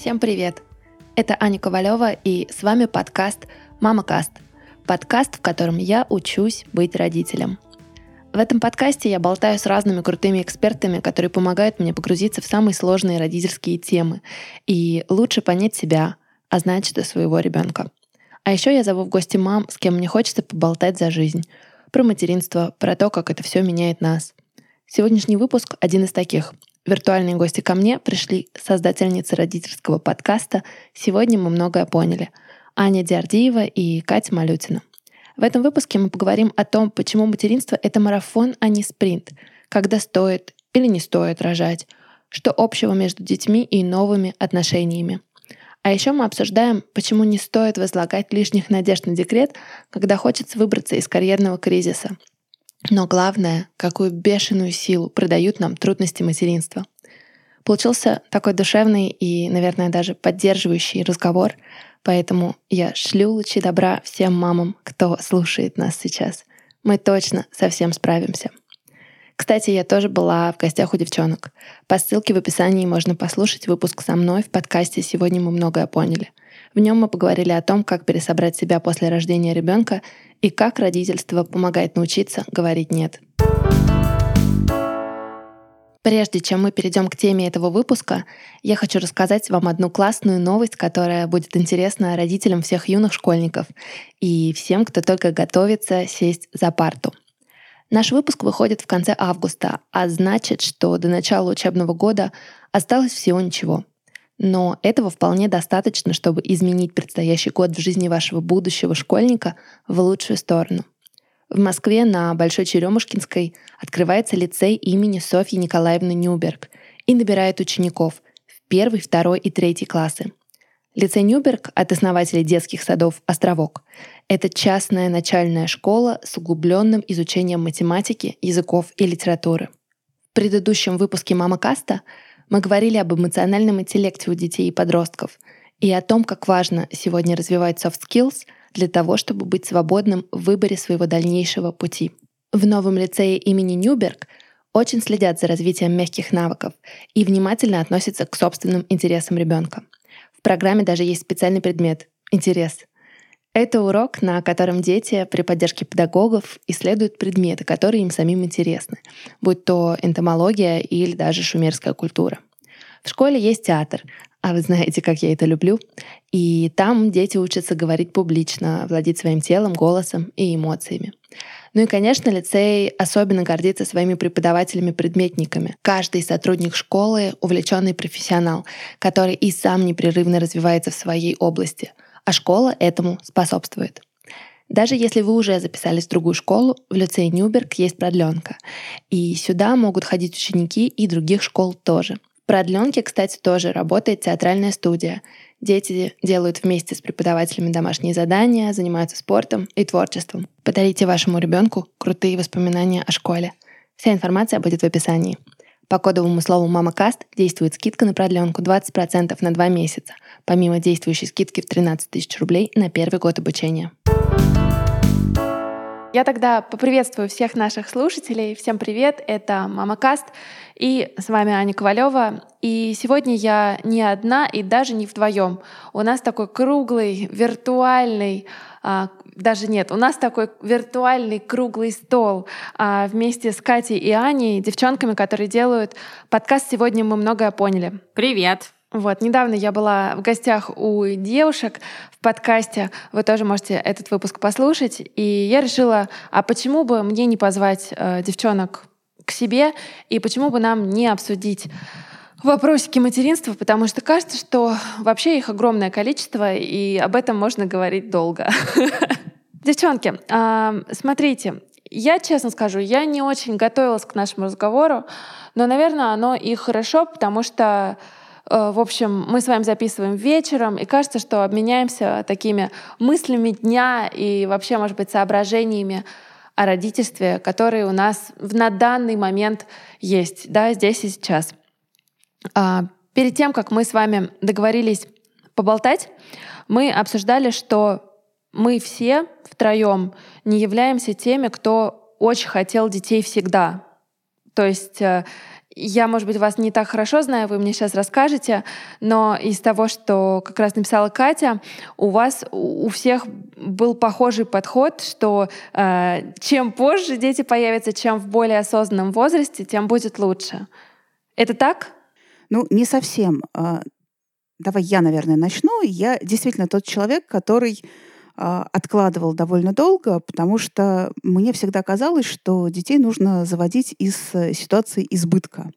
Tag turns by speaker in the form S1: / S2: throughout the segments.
S1: Всем привет! Это Аня Ковалева, и с вами подкаст «Мама-каст». Подкаст, в котором я учусь быть родителем. В этом подкасте я болтаю с разными крутыми экспертами, которые помогают мне погрузиться в самые сложные родительские темы и лучше понять себя, а значит и своего ребенка. А еще я зову в гости мам, с кем мне хочется поболтать за жизнь, про материнство, про то, как это все меняет нас. Сегодняшний выпуск один из таких. Виртуальные гости ко мне пришли создательницы родительского подкаста «Сегодня мы многое поняли» Аня Диардиева и Катя Малютина. В этом выпуске мы поговорим о том, почему материнство — это марафон, а не спринт, когда стоит или не стоит рожать, что общего между детьми и новыми отношениями. А еще мы обсуждаем, почему не стоит возлагать лишних надежд на декрет, когда хочется выбраться из карьерного кризиса. Но главное, какую бешеную силу придают нам трудности материнства. Получился такой душевный и, наверное, даже поддерживающий разговор, поэтому я шлю лучи добра всем мамам, кто слушает нас сейчас. Мы точно со всем справимся. Кстати, я тоже была в гостях у девчонок. По ссылке в описании можно послушать выпуск со мной в подкасте «Сегодня мы многое поняли». В нем мы поговорили о том, как пересобрать себя после рождения ребенка и как родительство помогает научиться говорить «нет». Прежде чем мы перейдем к теме этого выпуска, я хочу рассказать вам одну классную новость, которая будет интересна родителям всех юных школьников и всем, кто только готовится сесть за парту. Наш выпуск выходит в конце августа, а значит, что до начала учебного года осталось всего ничего. Но этого вполне достаточно, чтобы изменить предстоящий год в жизни вашего будущего школьника в лучшую сторону. В Москве на Большой Черемушкинской открывается лицей имени Софьи Николаевны Нюберг и набирает учеников в 1, 2 и 3 классы. Лицей Нюберг от основателей детских садов «Островок» — это частная начальная школа с углубленным изучением математики, языков и литературы. В предыдущем выпуске «Мама-каста» мы говорили об эмоциональном интеллекте у детей и подростков и о том, как важно сегодня развивать soft skills для того, чтобы быть свободным в выборе своего дальнейшего пути. В новом лицее имени Нюберг очень следят за развитием мягких навыков и внимательно относятся к собственным интересам ребенка. В программе даже есть специальный предмет — интерес. Это урок, на котором дети при поддержке педагогов исследуют предметы, которые им самим интересны, будь то энтомология или даже шумерская культура. В школе есть театр, а вы знаете, как я это люблю, и там дети учатся говорить публично, владеть своим телом, голосом и эмоциями. Ну и, конечно, лицей особенно гордится своими преподавателями-предметниками. Каждый сотрудник школы — увлеченный профессионал, который и сам непрерывно развивается в своей области, а школа этому способствует. Даже если вы уже записались в другую школу, в лицее Нюберг есть продленка. И сюда могут ходить ученики и других школ тоже. В продленке, кстати, тоже работает театральная студия. Дети делают вместе с преподавателями домашние задания, занимаются спортом и творчеством. Подарите вашему ребенку крутые воспоминания о школе. Вся информация будет в описании. По кодовому слову «Мама-каст» действует скидка на продленку 20% на 2 месяца, помимо действующей скидки в 13 000 рублей на первый год обучения. Я тогда поприветствую всех наших слушателей. Всем привет, это «Мама-каст», и с вами Аня Ковалева. И сегодня я не одна и даже не вдвоем. У нас такой круглый, виртуальный, у нас такой виртуальный круглый стол вместе с Катей и Аней, девчонками, которые делают подкаст «Сегодня мы многое поняли».
S2: Привет!
S1: Недавно я была в гостях у девушек в подкасте. Вы тоже можете этот выпуск послушать. И я решила, а почему бы мне не позвать девчонок к себе, и почему бы нам не обсудить вопросики материнства, потому что кажется, что вообще их огромное количество, и об этом можно говорить долго. Девчонки, смотрите, я честно скажу, я не очень готовилась к нашему разговору, но, наверное, оно и хорошо, потому что в общем, мы с вами записываем вечером, и кажется, что обменяемся такими мыслями дня и вообще, может быть, соображениями о родительстве, которые у нас на данный момент есть, да, здесь и сейчас. Перед тем, как мы с вами договорились поболтать, мы обсуждали, что мы все втроем не являемся теми, кто очень хотел детей всегда. То есть Я, может быть, вас не так хорошо знаю, вы мне сейчас расскажете, но из того, что как раз написала Катя, у вас у всех был похожий подход, что чем позже дети появятся, чем в более осознанном возрасте, тем будет лучше. Это так?
S2: Ну, не совсем. Давай я, наверное, начну. Я действительно тот человек, который откладывал довольно долго, потому что мне всегда казалось, что детей нужно заводить из ситуации избытка.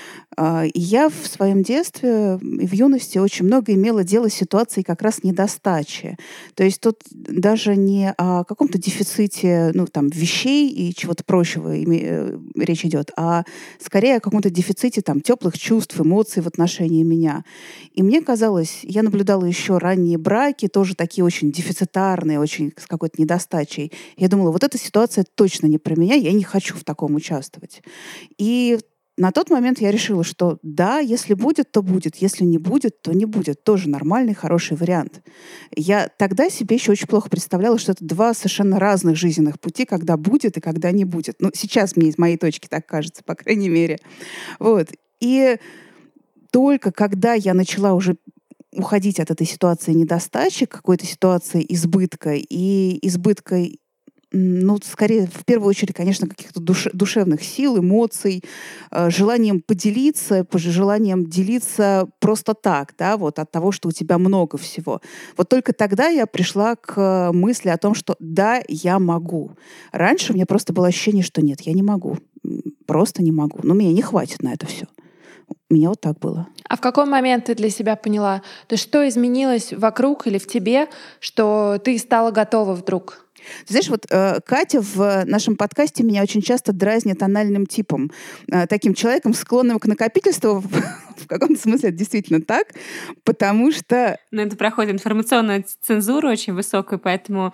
S2: И я в своем детстве и в юности очень много имела дело с ситуацией как раз недостачи. То есть тут даже не о каком-то дефиците, ну, там, вещей и чего-то прочего речь идет, а скорее о каком-то дефиците там теплых чувств, эмоций в отношении меня. И мне казалось, я наблюдала еще ранние браки, тоже такие очень дефицитарные, очень с какой-то недостачей. Я думала, вот эта ситуация точно не про меня, я не хочу в таком участвовать. И на тот момент я решила, что да, если будет, то будет. Если не будет, то не будет. Тоже нормальный, хороший вариант. Я тогда себе еще очень плохо представляла, что это два совершенно разных жизненных пути, когда будет и когда не будет. Ну, сейчас мне из моей точки так кажется, по крайней мере. Вот. И только когда я начала уже уходить от этой ситуации недостачи, какой-то ситуации избытка, и избытка, ну, скорее, в первую очередь, конечно, каких-то душевных сил, эмоций, желанием поделиться, желанием делиться просто так, да, вот от того, что у тебя много всего. Вот только тогда я пришла к мысли о том, что да, я могу. Раньше у меня просто было ощущение, что нет, я не могу. Просто не могу. Но меня не хватит на это все. У меня вот так было.
S1: А в какой момент ты для себя поняла? То есть что изменилось вокруг или в тебе, что ты стала готова вдруг?
S2: Ты знаешь, вот Катя в нашем подкасте меня очень часто дразнит анальным типом. Таким человеком, склонным к накопительству. В каком-то смысле это действительно так, потому что...
S3: Но это проходит информационную цензуру очень высокую, поэтому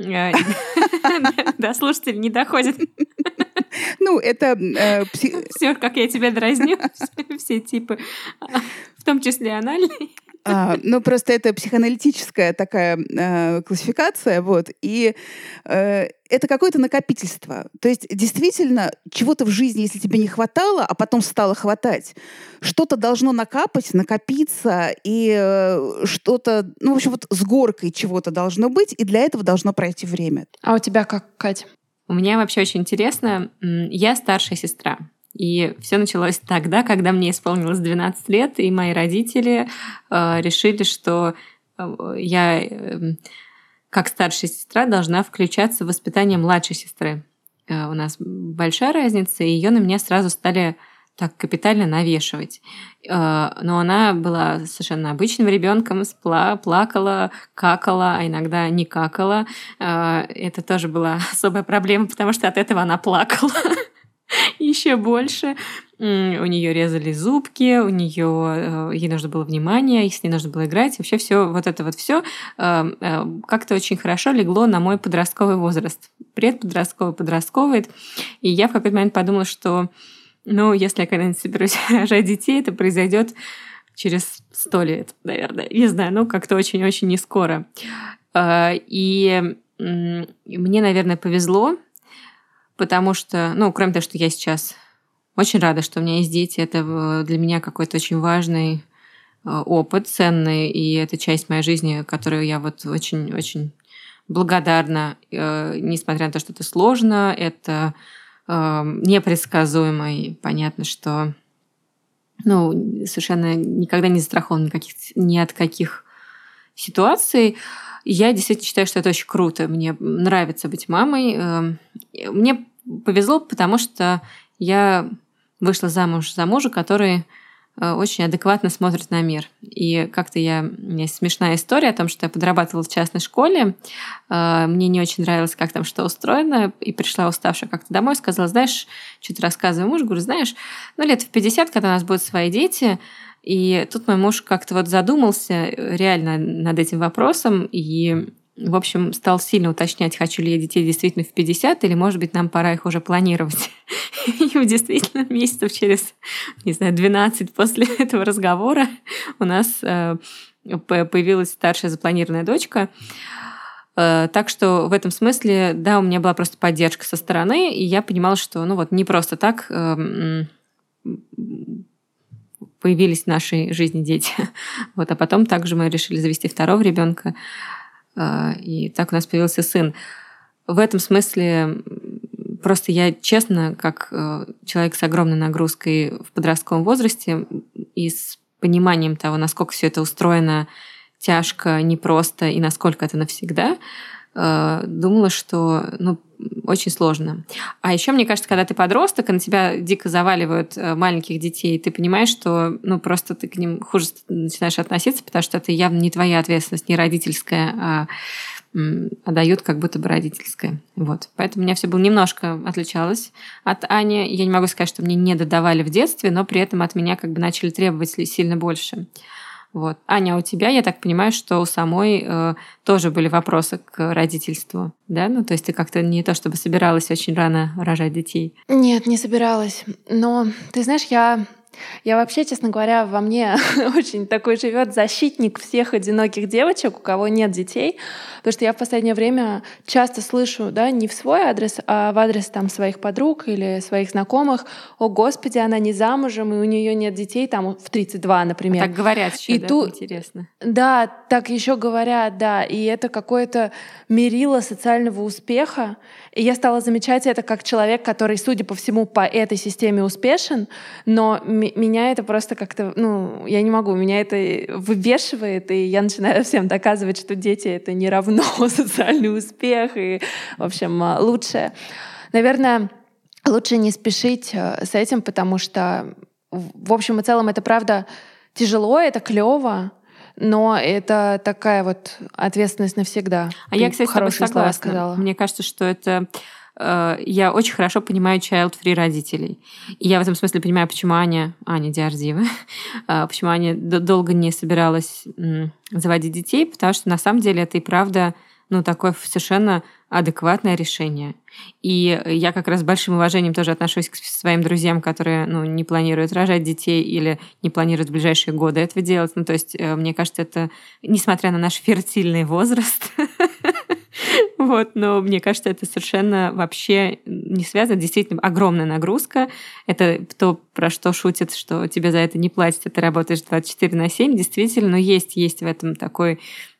S3: до слушателей не доходит.
S2: Ну, это...
S3: Все, как я тебя дразню, все типы, в том числе анальный.
S2: Ну, просто это психоаналитическая такая классификация, вот, и это какое-то накопительство. То есть, действительно, чего-то в жизни, если тебе не хватало, а потом стало хватать, что-то должно накапать, накопиться, и что-то, ну, в общем, вот с горкой чего-то должно быть, и для этого должно пройти время.
S1: А у тебя как, Катя?
S3: У меня вообще очень интересно. Я старшая сестра. И все началось тогда, когда мне исполнилось 12 лет, и мои родители решили, что я, как старшая сестра, должна включаться в воспитание младшей сестры. У нас большая разница, и ее на меня сразу стали так капитально навешивать. Но она была совершенно обычным ребенком, плакала, какала, а иногда не какала. Это тоже была особая проблема, потому что от этого она плакала еще больше. У нее резали зубки, ей нужно было внимание, с ней нужно было играть. Вообще все вот это вот все как-то очень хорошо легло на мой подростковый возраст. Предподростковый, подростковый. И я в какой-то момент подумала, что если я когда-нибудь соберусь рожать детей, это произойдет через 100 лет, наверное. Не знаю, как-то очень-очень не скоро. И мне, наверное, повезло, потому что, кроме того, что я сейчас очень рада, что у меня есть дети, это для меня какой-то очень важный опыт, ценный, и это часть моей жизни, которую я вот очень-очень благодарна, несмотря на то, что это сложно, это непредсказуемо, и понятно, что совершенно никогда не застрахован ни от каких ситуаций. Я действительно считаю, что это очень круто. Мне нравится быть мамой. Мне повезло, потому что я вышла замуж за мужа, который очень адекватно смотрит на мир. И как-то у меня есть смешная история о том, что я подрабатывала в частной школе. Мне не очень нравилось, как там что устроено. И пришла уставшая как-то домой, сказала, знаешь, что-то рассказываю мужу. Говорю, знаешь, лет в 50, когда у нас будут свои дети. И тут мой муж как-то вот задумался реально над этим вопросом и, в общем, стал сильно уточнять, хочу ли я детей действительно в 50, или, может быть, нам пора их уже планировать. И действительно, месяцев через, 12 после этого разговора у нас появилась старшая запланированная дочка. Так что в этом смысле, да, у меня была просто поддержка со стороны, и я понимала, что, не просто так появились в нашей жизни дети. Вот, а потом также мы решили завести второго ребенка, и так у нас появился сын. В этом смысле просто я, честно, как человек с огромной нагрузкой в подростковом возрасте и с пониманием того, насколько все это устроено тяжко, непросто и насколько это навсегда, думала, что очень сложно. А еще, мне кажется, когда ты подросток, и на тебя дико заваливают маленьких детей, ты понимаешь, что просто ты к ним хуже начинаешь относиться, потому что это явно не твоя ответственность, не родительская, а дают как будто бы родительское. Вот. Поэтому у меня все было немножко отличалось от Ани. Я не могу сказать, что мне не додавали в детстве, но при этом от меня как бы начали требовать сильно больше. Вот. Аня, у тебя, я так понимаю, что у самой тоже были вопросы к родительству, да? То есть ты как-то не то чтобы собиралась очень рано рожать детей.
S1: Нет, не собиралась. Но, ты знаешь, я вообще, честно говоря, во мне очень такой живет защитник всех одиноких девочек, у кого нет детей, потому что я в последнее время часто слышу, да, не в свой адрес, а в адрес там своих подруг или своих знакомых: «О, Господи, она не замужем, и у нее нет детей», там в 32, например.
S3: Так говорят еще, да? Интересно.
S1: Да, так еще говорят, да, и это какое-то мерило социального успеха. И я стала замечать это как человек, который, судя по всему, по этой системе успешен, но меня это просто как-то, я не могу, меня это выбешивает, и я начинаю всем доказывать, что дети — это не равно социальный успех, и, в общем, лучше, наверное, лучше не спешить с этим, потому что, в общем и целом, это правда тяжело, это клево, но это такая вот ответственность навсегда.
S3: А я, кстати, с тобой согласна. Мне кажется, что это... Я очень хорошо понимаю child-free родителей. И я в этом смысле понимаю, почему Аня Диардиева, почему Аня долго не собиралась заводить детей, потому что на самом деле это и правда такое совершенно адекватное решение. И я как раз с большим уважением тоже отношусь к своим друзьям, которые не планируют рожать детей или не планируют в ближайшие годы этого делать. То есть, мне кажется, это, несмотря на наш фертильный возраст, но мне кажется, это совершенно вообще не связано. Действительно, огромная нагрузка. Это то, про что шутят, что тебе за это не платят, а ты работаешь 24/7. Действительно, но есть в этом такой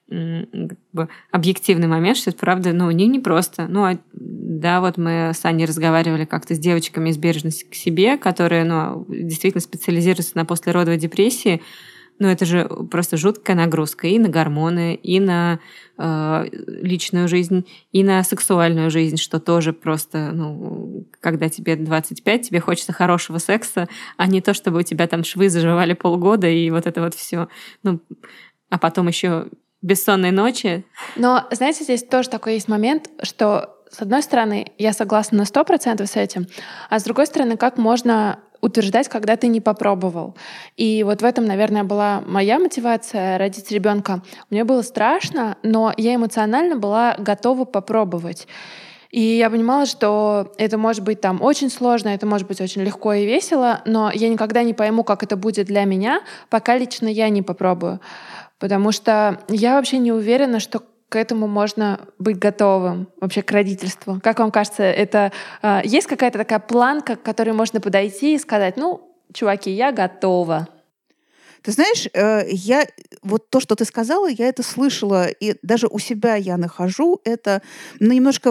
S3: объективный момент, что это правда, не просто. Да, вот мы с Аней разговаривали как-то с девочками из бережности к себе, которые, действительно специализируются на послеродовой депрессии. Это же просто жуткая нагрузка и на гормоны, и на личную жизнь, и на сексуальную жизнь, что тоже просто, когда тебе 25, тебе хочется хорошего секса, а не то, чтобы у тебя там швы заживали полгода и вот это вот все. А потом еще бессонные ночи.
S1: Но, знаете, здесь тоже такой есть момент, что, с одной стороны, я согласна на 100% с этим, а с другой стороны, как можно утверждать, когда ты не попробовал. И вот в этом, наверное, была моя мотивация родить ребенка. Мне было страшно, но я эмоционально была готова попробовать. И я понимала, что это может быть там очень сложно, это может быть очень легко и весело, но я никогда не пойму, как это будет для меня, пока лично я не попробую. Потому что я вообще не уверена, что к этому можно быть готовым, вообще к родительству. Как вам кажется, это есть какая-то такая планка, к которой можно подойти и сказать: чуваки, я готова?
S2: Ты знаешь, вот то, что ты сказала, я это слышала, и даже у себя я нахожу это, немножко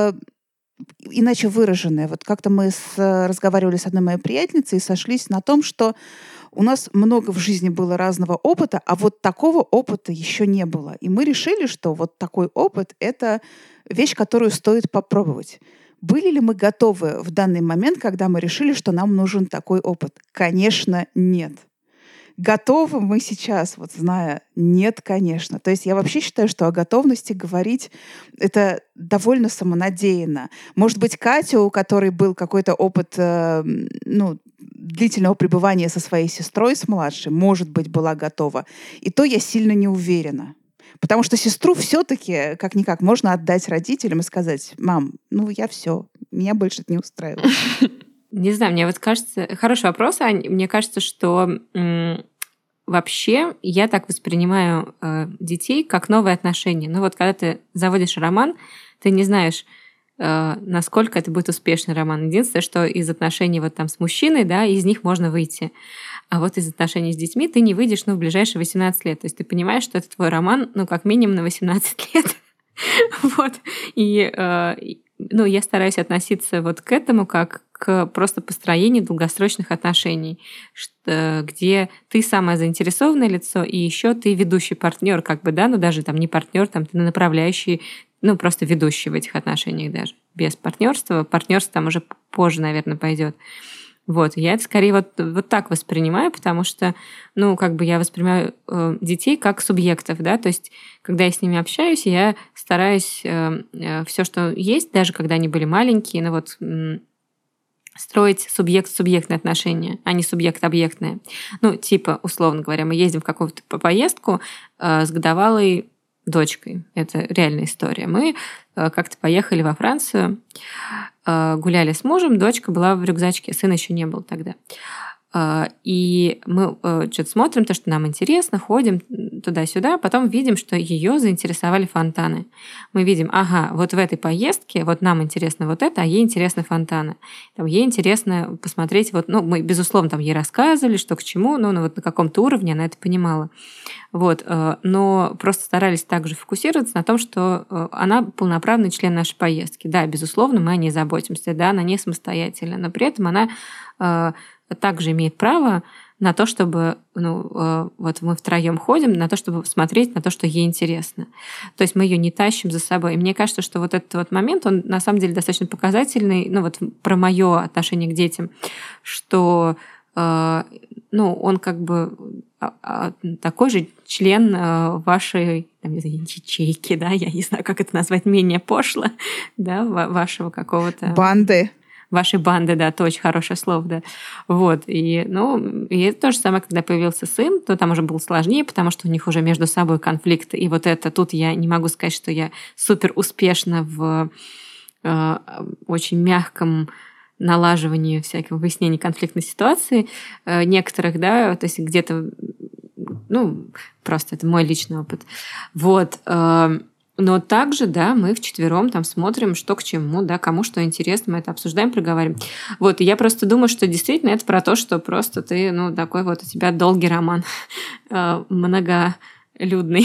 S2: иначе выраженное. Вот как-то мы разговаривали с одной моей приятельницей и сошлись на том, что у нас много в жизни было разного опыта, а вот такого опыта еще не было. И мы решили, что вот такой опыт — это вещь, которую стоит попробовать. Были ли мы готовы в данный момент, когда мы решили, что нам нужен такой опыт? Конечно, нет. Готовы мы сейчас, вот зная, нет, конечно. То есть я вообще считаю, что о готовности говорить — это довольно самонадеянно. Может быть, Катя, у которой был какой-то опыт длительного пребывания со своей сестрой, с младшей, может быть, была готова. И то я сильно не уверена. Потому что сестру все-таки, как-никак, можно отдать родителям и сказать: «Мам, я все, меня больше это не устраивает».
S3: Не знаю, мне вот кажется... Хороший вопрос, Ань. Мне кажется, что вообще я так воспринимаю детей как новые отношения. Вот когда ты заводишь роман, ты не знаешь, насколько это будет успешный роман. Единственное, что из отношений вот там с мужчиной, да, из них можно выйти. А вот из отношений с детьми ты не выйдешь, в ближайшие 18 лет. То есть ты понимаешь, что это твой роман, как минимум на 18 лет. Вот. И я стараюсь относиться вот к этому как к просто построению долгосрочных отношений, где ты самое заинтересованное лицо, и еще ты ведущий партнер, даже там не партнер, там ты направляющий, просто ведущий в этих отношениях даже. Без партнерства. Партнерство там уже позже, наверное, пойдет. Вот, я это скорее вот так воспринимаю, потому что, я воспринимаю детей как субъектов, да, то есть, когда я с ними общаюсь, я стараюсь все, что есть, даже когда они были маленькие, строить субъект-субъектные отношения, а не субъект-объектные. Условно говоря, мы ездим в какую-то поездку с годовалой дочкой. Это реальная история. Мы как-то поехали во Францию, гуляли с мужем, дочка была в рюкзачке, сына еще не было тогда. И мы что-то смотрим, то, что нам интересно, ходим туда-сюда, потом видим, что ее заинтересовали фонтаны. Мы видим, вот в этой поездке вот нам интересно вот это, а ей интересны фонтаны. Там, ей интересно посмотреть, мы, безусловно, там ей рассказывали, что к чему, на каком-то уровне она это понимала. Вот, но просто старались также фокусироваться на том, что она полноправный член нашей поездки. Да, безусловно, мы о ней заботимся, да, она не самостоятельна, но при этом она также имеет право на то, чтобы вот мы втроем ходим, на то, чтобы смотреть на то, что ей интересно. То есть мы ее не тащим за собой. И мне кажется, что вот этот вот момент, он на самом деле достаточно показательный, про мое отношение к детям, что он такой же член вашей ячейки, да, я не знаю, как это назвать, менее пошло, да, вашего какого-то...
S2: Банды.
S3: Вашей банды, да, это очень хорошее слово, да. Вот, и это то же самое, когда появился сын, то там уже было сложнее, потому что у них уже между собой конфликт, и вот это тут я не могу сказать, что я супер успешна в очень мягком налаживании всякого выяснения конфликтной ситуации некоторых, да, то есть где-то, просто это мой личный опыт. Вот, но также, да, мы вчетвером там смотрим, что к чему, да, кому что интересно, мы это обсуждаем, проговариваем. Вот, и я просто думаю, что действительно это про то, что просто ты, такой вот у тебя долгий роман, многолюдный,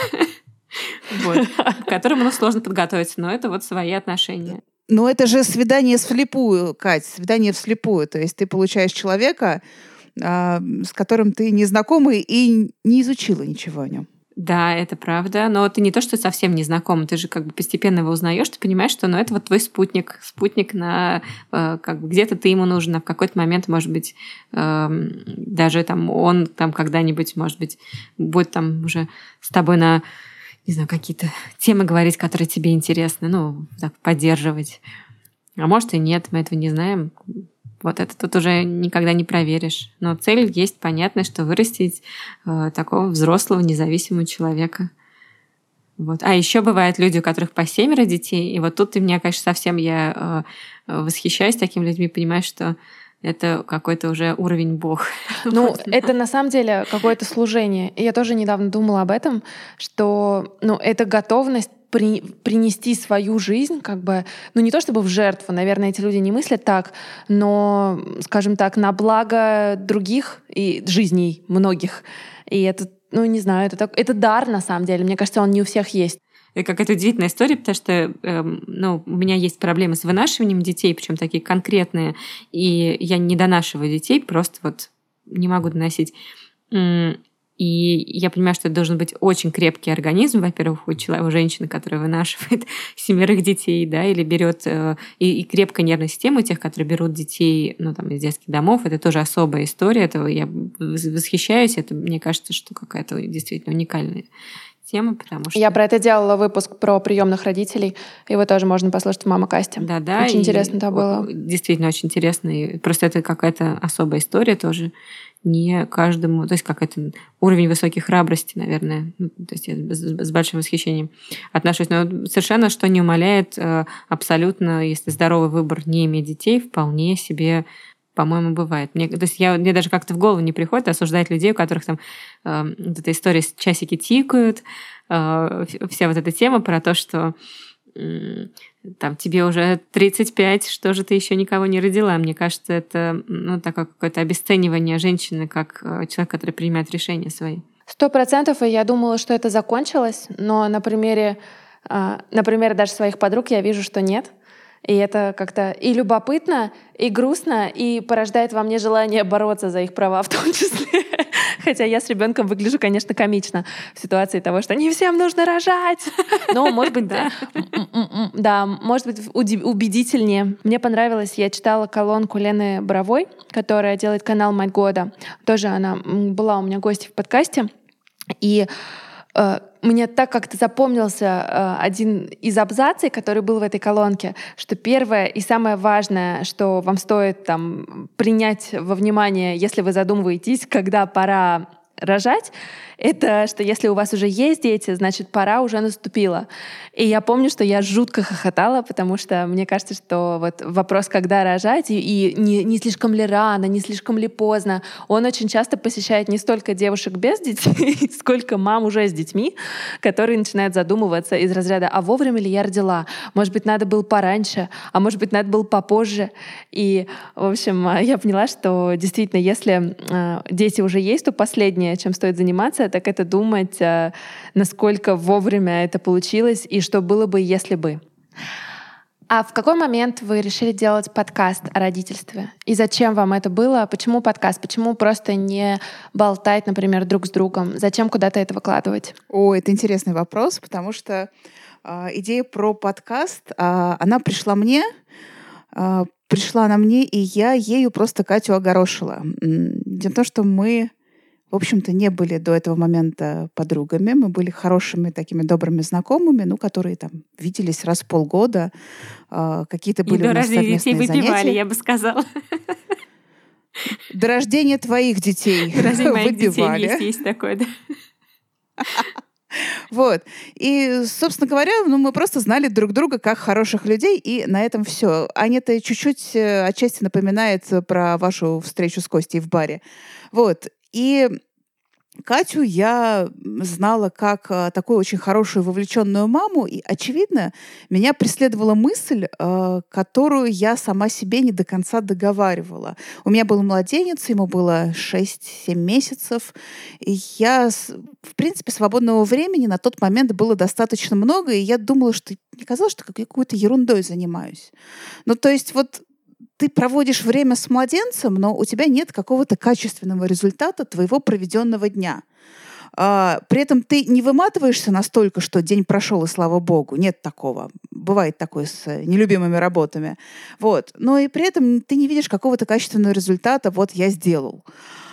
S3: к которому, сложно подготовиться, но это вот свои отношения.
S2: Но это же свидание вслепую, Кать, свидание вслепую. То есть ты получаешь человека, с которым ты не знакомый и не изучила ничего о нем.
S3: Да, это правда, но ты не то, что совсем не знаком, ты же постепенно его узнаешь, ты понимаешь, что это вот твой спутник на где-то ты ему нужен, а в какой-то момент, может быть, даже там он там когда-нибудь, может быть, будет там уже с тобой на, не знаю, какие-то темы говорить, которые тебе интересны, так поддерживать. А может и нет, мы этого не знаем. Вот это тут уже никогда не проверишь. Но цель есть понятная, что вырастить такого взрослого, независимого человека. Вот. А еще бывают люди, у которых по 7 детей, и вот тут ты меня, конечно, совсем я восхищаюсь такими людьми, понимаешь, что это какой-то уже уровень бог.
S1: Это на самом деле какое-то служение. И я тоже недавно думала об этом, что это готовность принести свою жизнь, не то чтобы в жертву, наверное, эти люди не мыслят так, но, скажем так, на благо других и жизней многих. И это, не знаю, это дар на самом деле. Мне кажется, он не у всех есть.
S3: Это какая-то удивительная история, потому что у меня есть проблемы с вынашиванием детей, причем такие конкретные, и я не донашиваю детей, просто вот не могу доносить. И я понимаю, что это должен быть очень крепкий организм, во-первых, у женщины, которая вынашивает 7 детей, да, или берет и крепкая нервная система у тех, которые берут детей, из детских домов. Это тоже особая история. Этого я восхищаюсь. Это, мне кажется, что какая-то действительно уникальная тема, потому что...
S1: Я про это делала выпуск про приемных родителей. Его тоже можно послушать в «Мама Касте».
S3: Да.
S1: Очень интересно это было.
S3: Действительно очень интересно. И просто это какая-то особая история тоже. Не каждому... То есть какой-то уровень высокой храбрости, наверное. То есть я с большим восхищением отношусь. Но совершенно что не умаляет абсолютно, если здоровый выбор не иметь детей, вполне себе... по-моему, бывает. Мне даже как-то в голову не приходит осуждать людей, у которых там вот эта история часики тикают, вся вот эта тема про то, что там тебе уже 35, что же ты еще никого не родила? Мне кажется, это такое какое-то обесценивание женщины как человека, который принимает решения свои.
S1: 100%, и я думала, что это закончилось, но на примере даже своих подруг я вижу, что нет. И это как-то и любопытно, и грустно, и порождает во мне желание бороться за их права в том числе. Хотя я с ребенком выгляжу, конечно, комично в ситуации того, что не всем нужно рожать. Но, может быть, да, может быть, убедительнее. Мне понравилось, я читала колонку Лены Боровой, которая делает канал «Мать года». Тоже она была у меня гостьей в подкасте. И мне так как-то запомнился один из абзаций, который был в этой колонке, что первое и самое важное, что вам стоит принять во внимание, если вы задумываетесь, когда пора рожать, это что если у вас уже есть дети, значит, пора уже наступила. И я помню, что я жутко хохотала, потому что мне кажется, что вот вопрос, когда рожать, и не слишком ли рано, не слишком ли поздно, он очень часто посещает не столько девушек без детей, сколько мам уже с детьми, которые начинают задумываться из разряда «а вовремя ли я родила? Может быть, надо было пораньше, а может быть, надо было попозже». И, в общем, я поняла, что действительно, если дети уже есть, то последнее, чем стоит заниматься, так это думать, насколько вовремя это получилось и что было бы, если бы. А в какой момент вы решили делать подкаст о родительстве? И зачем вам это было? Почему подкаст? Почему просто не болтать, например, друг с другом? Зачем куда-то это выкладывать?
S2: Это интересный вопрос, потому что идея про подкаст, она пришла мне, и я ею просто Катю огорошила. Дело в том, что мы, в общем-то, не были до этого момента подругами. Мы были хорошими такими добрыми знакомыми, которые виделись раз в полгода. Какие-то были у нас совместные
S3: выпивали,
S2: занятия.
S3: я бы сказала.
S2: До рождения твоих детей
S3: до рождения моих
S2: выпивали.
S3: Детей есть такое, да.
S2: Вот. И, собственно говоря, мы просто знали друг друга как хороших людей, и на этом все. Аня-то чуть-чуть отчасти напоминает про вашу встречу с Костей в баре. Вот. И Катю я знала как такую очень хорошую вовлеченную маму, и, очевидно, меня преследовала мысль, которую я сама себе не до конца договаривала. У меня был младенец, ему было 6-7 месяцев, и в принципе, свободного времени на тот момент было достаточно много, и я думала, что мне казалось, что какой-то ерундой занимаюсь. То есть ты проводишь время с младенцем, но у тебя нет какого-то качественного результата твоего проведенного дня. При этом ты не выматываешься настолько, что день прошел, и слава богу. Нет такого. Бывает такое с нелюбимыми работами. Но и при этом ты не видишь какого-то качественного результата. Я сделал.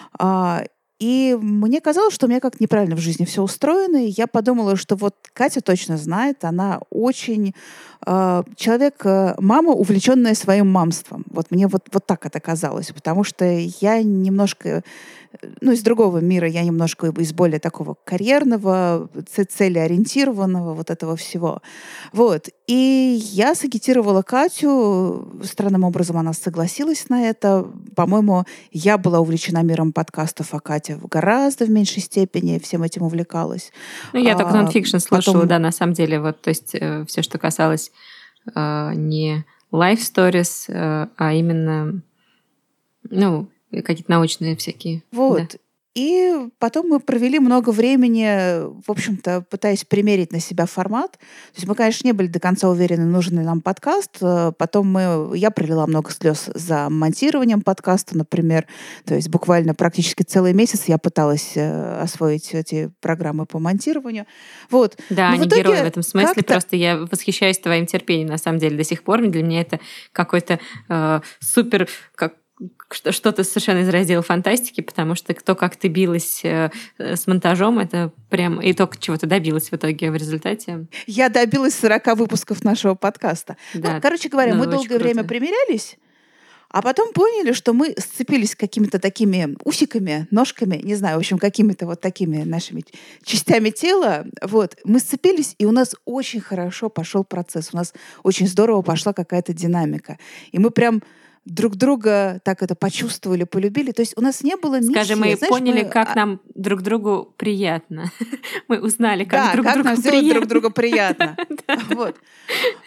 S2: И мне казалось, что у меня как-то неправильно в жизни все устроено. И я подумала, что Катя точно знает, она очень человек, мама, увлеченная своим мамством. Мне так это казалось. Потому что я немножко из другого мира, я немножко из более такого карьерного, целеориентированного этого всего. И я сагитировала Катю. Странным образом она согласилась на это. По-моему, я была увлечена миром подкастов, а Катя в гораздо в меньшей степени всем этим увлекалась.
S3: Я только нонфикшн слушала, да, на самом деле. То есть все, что касалось не life stories, а именно какие-то научные всякие. Да.
S2: И потом мы провели много времени, в общем-то, пытаясь примерить на себя формат. То есть мы, конечно, не были до конца уверены, нужен ли нам подкаст. Потом я пролила много слез за монтированием подкаста, например. То есть буквально практически целый месяц я пыталась освоить эти программы по монтированию.
S3: Да, они герои в этом смысле. Просто я восхищаюсь твоим терпением, на самом деле, до сих пор. Для меня это какой-то супер... что-то совершенно из раздела фантастики, потому что то, как ты билась с монтажом, это прям и то, чего ты добилась в итоге в результате.
S2: Я добилась 40 выпусков нашего подкаста.
S3: Да.
S2: Короче говоря, мы долгое время примерялись, а потом поняли, что мы сцепились какими-то такими усиками, ножками, не знаю, в общем, какими-то такими нашими частями тела. Мы сцепились, и у нас очень хорошо пошел процесс. У нас очень здорово пошла какая-то динамика. И мы прям друг друга так это почувствовали, полюбили. То есть у нас не было миссии.
S3: Скажем, мы поняли, как нам друг другу приятно. Мы узнали, как друг другу приятно.
S2: сделать друг другу приятно.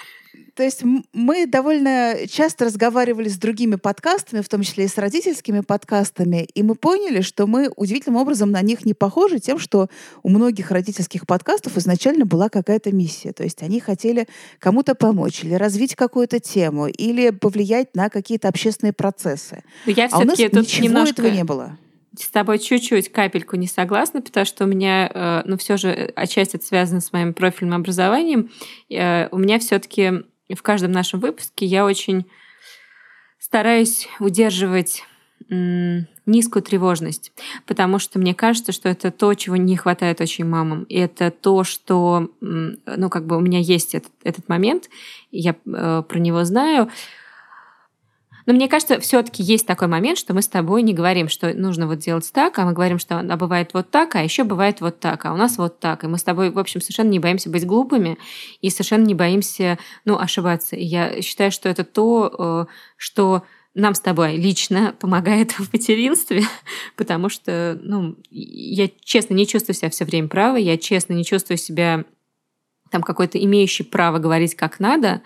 S2: То есть мы довольно часто разговаривали с другими подкастами, в том числе и с родительскими подкастами, и мы поняли, что мы удивительным образом на них не похожи тем, что у многих родительских подкастов изначально была какая-то миссия. То есть они хотели кому-то помочь или развить какую-то тему, или повлиять на какие-то общественные процессы.
S3: Я
S2: А у нас
S3: тут
S2: ничего этого не было.
S3: С тобой чуть-чуть капельку не согласна, потому что у меня, все же отчасти это связано с моим профильным образованием. У меня все-таки в каждом нашем выпуске я очень стараюсь удерживать низкую тревожность, потому что мне кажется, что это то, чего не хватает очень мамам. И это то, что, у меня есть этот момент, и я про него знаю. Но мне кажется, все-таки есть такой момент, что мы с тобой не говорим, что нужно вот делать так, а мы говорим, что она бывает вот так, а еще бывает вот так, а у нас вот так. И мы с тобой, в общем, совершенно не боимся быть глупыми и совершенно не боимся, ошибаться. И я считаю, что это то, что нам с тобой лично помогает в материнстве, потому что, я честно не чувствую себя все время правой, я честно не чувствую себя там какой-то имеющий право говорить как надо,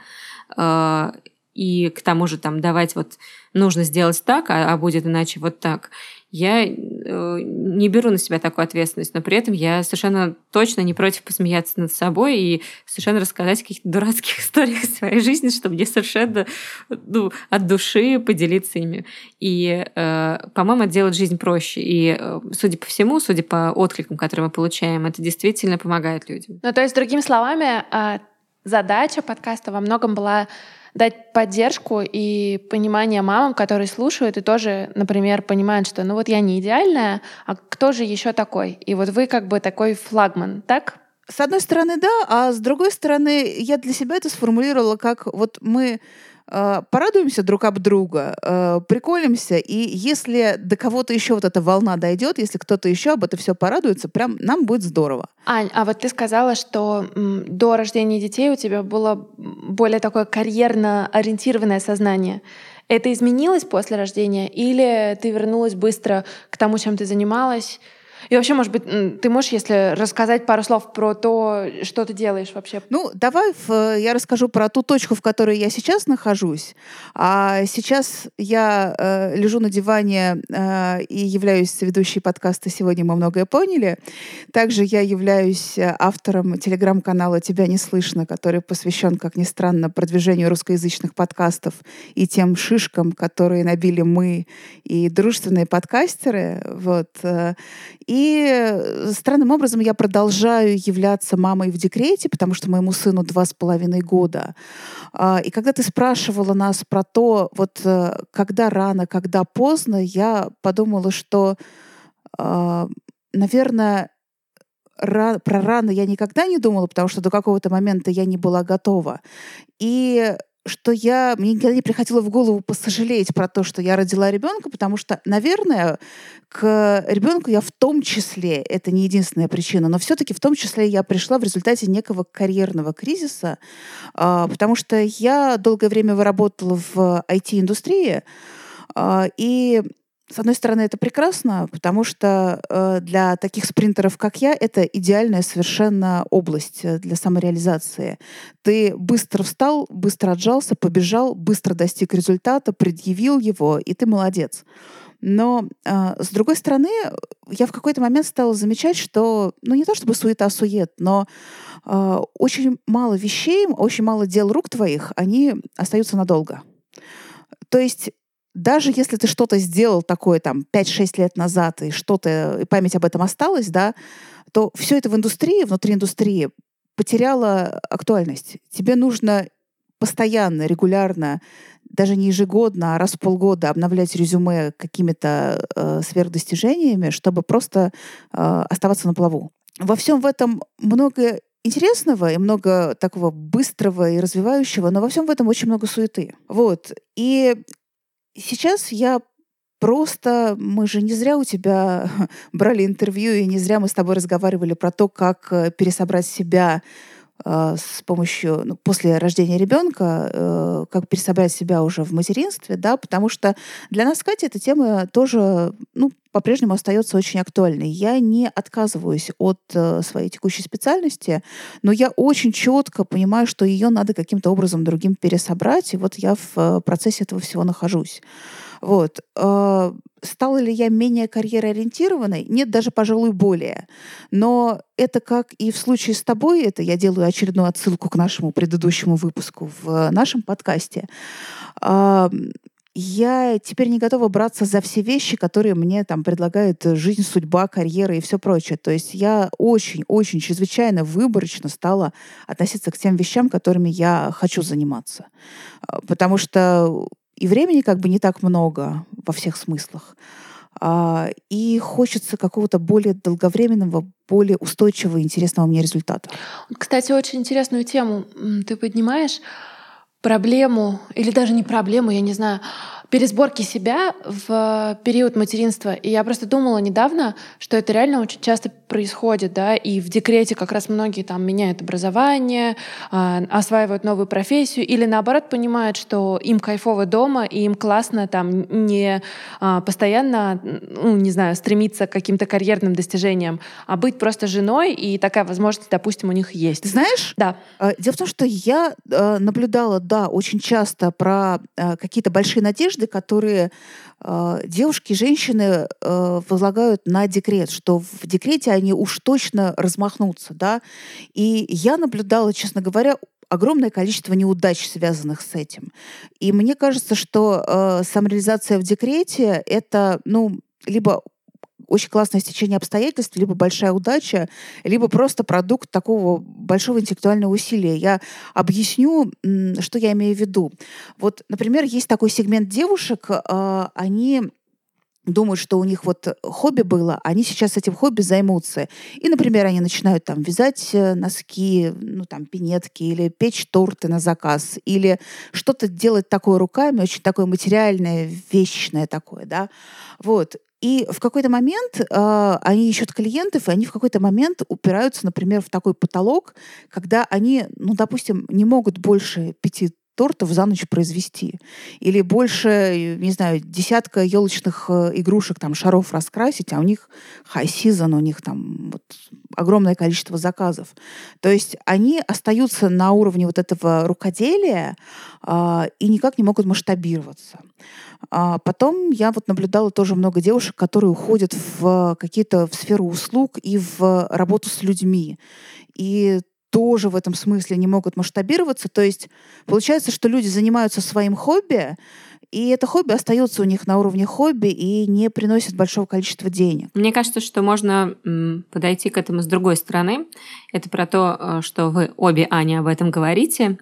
S3: и к тому же давать нужно сделать так, а будет иначе вот так. Я не беру на себя такую ответственность, но при этом я совершенно точно не против посмеяться над собой и совершенно рассказать о каких-то дурацких историях из своей жизни, чтобы мне совершенно от души поделиться ими. И, по-моему, это делает жизнь проще. И, судя по всему, судя по откликам, которые мы получаем, это действительно помогает людям.
S1: То есть, другими словами, задача подкаста во многом была дать поддержку и понимание мамам, которые слушают и тоже, например, понимают, что я не идеальная, а кто же еще такой? И вы как бы такой флагман, так?
S2: С одной стороны, да, а с другой стороны, я для себя это сформулировала как мы порадуемся друг об друга, приколимся, и если до кого-то еще эта волна дойдет, если кто-то еще об это все порадуется, прям нам будет здорово.
S1: Ань, а ты сказала, что до рождения детей у тебя было более такое карьерно ориентированное сознание. Это изменилось после рождения или ты вернулась быстро к тому, чем ты занималась? И вообще, может быть, ты можешь, если рассказать пару слов про то, что ты делаешь вообще?
S2: Давай я расскажу про ту точку, в которой я сейчас нахожусь. А сейчас я лежу на диване и являюсь ведущей подкаста «Сегодня мы многое поняли». Также я являюсь автором телеграм-канала «Тебя не слышно», который посвящен, как ни странно, продвижению русскоязычных подкастов и тем шишкам, которые набили мы и дружественные подкастеры. И странным образом я продолжаю являться мамой в декрете, потому что моему сыну 2,5 года. И когда ты спрашивала нас про то, когда рано, когда поздно, я подумала, что, наверное, про рано я никогда не думала, потому что до какого-то момента я не была готова. И что мне никогда не приходило в голову посожалеть про то, что я родила ребенка, потому что, наверное, к ребенку я в том числе, это не единственная причина, но все-таки в том числе я пришла в результате некого карьерного кризиса, потому что я долгое время работала в IT-индустрии, и с одной стороны, это прекрасно, потому что для таких спринтеров, как я, это идеальная совершенно область для самореализации. Ты быстро встал, быстро отжался, побежал, быстро достиг результата, предъявил его, и ты молодец. Но, с другой стороны, я в какой-то момент стала замечать, что, не то чтобы суета-сует, но очень мало вещей, очень мало дел рук твоих, они остаются надолго. То есть даже если ты что-то сделал такое 5-6 лет назад, и память об этом осталась, да, то все это внутри индустрии потеряло актуальность. Тебе нужно постоянно, регулярно, даже не ежегодно, а раз в полгода обновлять резюме какими-то сверхдостижениями, чтобы просто оставаться на плаву. Во всем в этом много интересного и много такого быстрого и развивающего, но во всем в этом очень много суеты. И сейчас я мы же не зря у тебя брали интервью, и не зря мы с тобой разговаривали про то, как пересобрать себя с помощью, после рождения ребенка, как пересобрать себя уже в материнстве, да, потому что для нас, Катя, эта тема тоже, по-прежнему остается очень актуальной. Я не отказываюсь от своей текущей специальности, но я очень четко понимаю, что ее надо каким-то образом другим пересобрать, и вот я в процессе этого всего нахожусь. Вот. Стала ли я менее карьероориентированной? Нет, даже, пожалуй, более. Но это как и в случае с тобой, это я делаю очередную отсылку к нашему предыдущему выпуску в нашем подкасте. Я теперь не готова браться за все вещи, которые мне там предлагает жизнь, судьба, карьера и все прочее. То есть я очень-очень чрезвычайно выборочно стала относиться к тем вещам, которыми я хочу заниматься. Потому что и времени как бы не так много во всех смыслах. И хочется какого-то более долговременного, более устойчивого и интересного мне результата.
S1: Кстати, очень интересную тему ты поднимаешь. Проблему, или даже не проблему, я не знаю, пересборки себя в период материнства. И я просто думала недавно, что это реально очень часто происходит, да, и в декрете как раз многие там меняют образование, осваивают новую профессию, или наоборот понимают, что им кайфово дома, и им классно там не постоянно, не знаю, стремиться к каким-то карьерным достижениям, а быть просто женой, и такая возможность, допустим, у них есть.
S2: Ты знаешь?
S1: Да.
S2: Дело в том, что я наблюдала, очень часто про какие-то большие надежды, которые девушки, женщины возлагают на декрет, что в декрете они уж точно размахнутся, да. И я наблюдала, честно говоря, огромное количество неудач, связанных с этим. И мне кажется, что самореализация в декрете — это, либо очень классное стечение обстоятельств, либо большая удача, либо просто продукт такого большого интеллектуального усилия. Я объясню, что я имею в виду. Вот, например, есть такой сегмент девушек, они думают, что у них хобби было, они сейчас этим хобби займутся. И, например, они начинают там вязать носки, пинетки, или печь торты на заказ, или что-то делать такое руками, очень такое материальное, вещное такое, да. Вот. И в какой-то момент они ищут клиентов, и они в какой-то момент упираются, например, в такой потолок, когда они, допустим, не могут больше 5 тортов за ночь произвести. Или больше, не знаю, десятка елочных игрушек, шаров раскрасить, а у них high season, у них там огромное количество заказов. То есть они остаются на уровне этого рукоделия и никак не могут масштабироваться. Потом я наблюдала тоже много девушек, которые уходят в сферу услуг и в работу с людьми. И тоже в этом смысле не могут масштабироваться. То есть получается, что люди занимаются своим хобби, и это хобби остается у них на уровне хобби и не приносит большого количества денег.
S3: Мне кажется, что можно подойти к этому с другой стороны. Это про то, что вы обе, Аня, об этом говорите.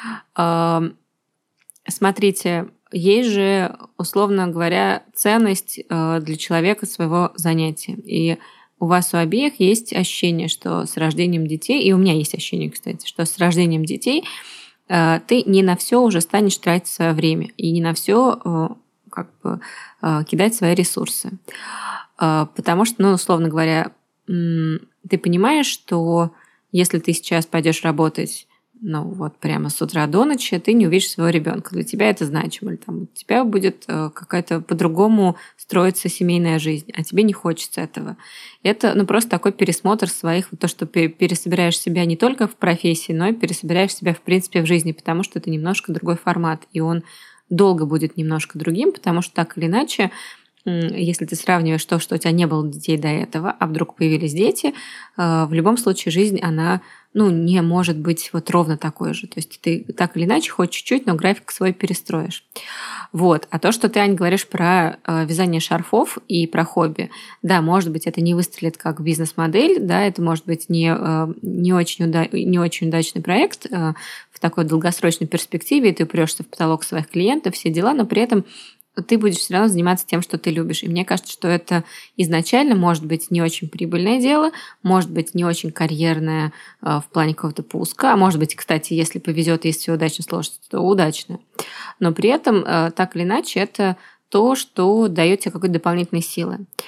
S3: Смотрите, есть же, условно говоря, ценность для человека своего занятия. И у вас у обеих есть ощущение, что с рождением детей, и у меня есть ощущение, кстати, что с рождением детей ты не на все уже станешь тратить свое время и не на все кидать свои ресурсы. Потому что, условно говоря, ты понимаешь, что если ты сейчас пойдешь работать прямо с утра до ночи, ты не увидишь своего ребенка. Для тебя это значимо. Или у тебя будет какая-то по-другому строиться семейная жизнь, а тебе не хочется этого. Это просто такой пересмотр своих, то, что пересобираешь себя не только в профессии, но и пересобираешь себя в принципе в жизни, потому что это немножко другой формат, и он долго будет немножко другим, потому что так или иначе, если ты сравниваешь то, что у тебя не было детей до этого, а вдруг появились дети, в любом случае жизнь, она не может быть ровно такой же. То есть ты так или иначе хоть чуть-чуть, но график свой перестроишь. А то, что ты, Ань, говоришь про вязание шарфов и про хобби, да, может быть, это не выстрелит как бизнес-модель, да, это может быть не очень удачный проект в такой долгосрочной перспективе, и ты упрешься в потолок своих клиентов, все дела, но при этом ты будешь все равно заниматься тем, что ты любишь. И мне кажется, что это изначально может быть не очень прибыльное дело, может быть не очень карьерное в плане какого-то пуска, а может быть, кстати, если повезет, если все удачно сложится, то удачно. Но при этом, так или иначе, это то, что дает тебе какой-то дополнительной силы.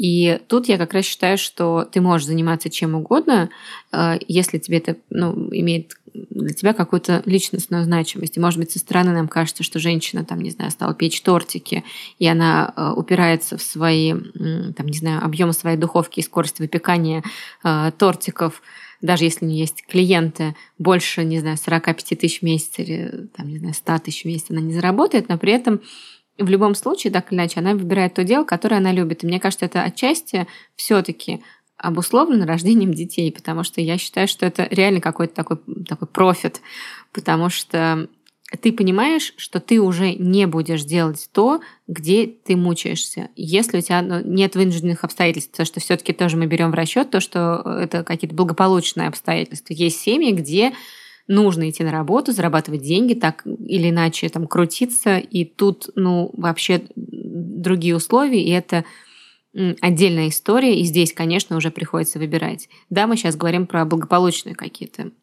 S3: И тут я как раз считаю, что ты можешь заниматься чем угодно, если тебе это имеет для тебя какую-то личностную значимость. И, может быть, со стороны нам кажется, что женщина, там, не знаю, стала печь тортики, и она упирается в свои, там, не знаю, объемы своей духовки и скорость выпекания тортиков, даже если у нее есть клиенты, больше, не знаю, 45 тысяч в месяц или, там, не знаю, 100 тысяч в месяц она не заработает, но при этом в любом случае, так или иначе, она выбирает то дело, которое она любит. И мне кажется, это отчасти все-таки обусловлено рождением детей, потому что я считаю, что это реально какой-то такой профит, потому что ты понимаешь, что ты уже не будешь делать то, где ты мучаешься, если у тебя нет вынужденных обстоятельств, потому что все-таки тоже мы берем в расчет то, что это какие-то благополучные обстоятельства. Есть семьи, где нужно идти на работу, зарабатывать деньги, так или иначе там крутиться, и тут, вообще другие условия, и это отдельная история, и здесь, конечно, уже приходится выбирать. Да, мы сейчас говорим про благополучные какие-то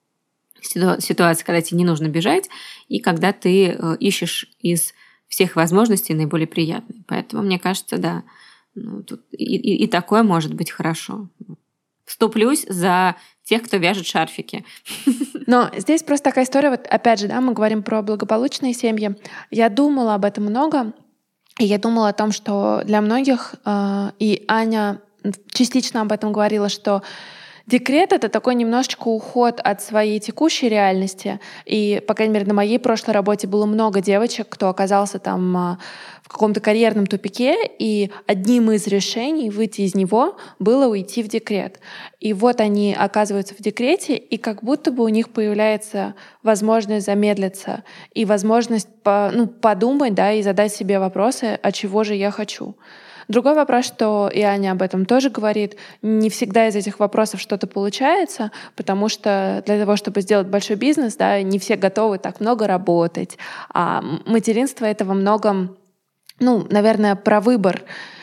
S3: ситуации, когда тебе не нужно бежать, и когда ты ищешь из всех возможностей наиболее приятный. Поэтому, мне кажется, да, тут и такое может быть хорошо. Вступлюсь за тех, кто вяжет шарфики.
S1: Но здесь просто такая история, вот опять же, да, мы говорим про благополучные семьи. Я думала об этом много, и я думала о том, что для многих, и Аня частично об этом говорила, что декрет — это такой немножечко уход от своей текущей реальности. И, по крайней мере, на моей прошлой работе было много девочек, кто оказался там в каком-то карьерном тупике, и одним из решений выйти из него было уйти в декрет. И вот они оказываются в декрете, и как будто бы у них появляется возможность замедлиться и возможность подумать, да, и задать себе вопросы, а чего же я хочу. Другой вопрос, что и Аня об этом тоже говорит, не всегда из этих вопросов что-то получается, потому что для того, чтобы сделать большой бизнес, да, не все готовы так много работать. А материнство — это во многом, наверное, про выбор.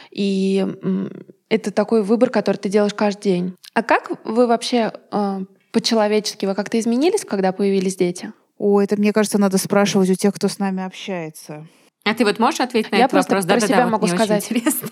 S1: И это такой выбор, который ты делаешь каждый день. А как вы вообще по-человечески, вы как-то изменились, когда появились дети?
S2: Это, мне кажется, надо спрашивать у тех, кто с нами общается.
S3: А ты вот можешь ответить на
S1: я
S3: этот вопрос?
S1: Я про себя
S3: вот
S1: могу сказать.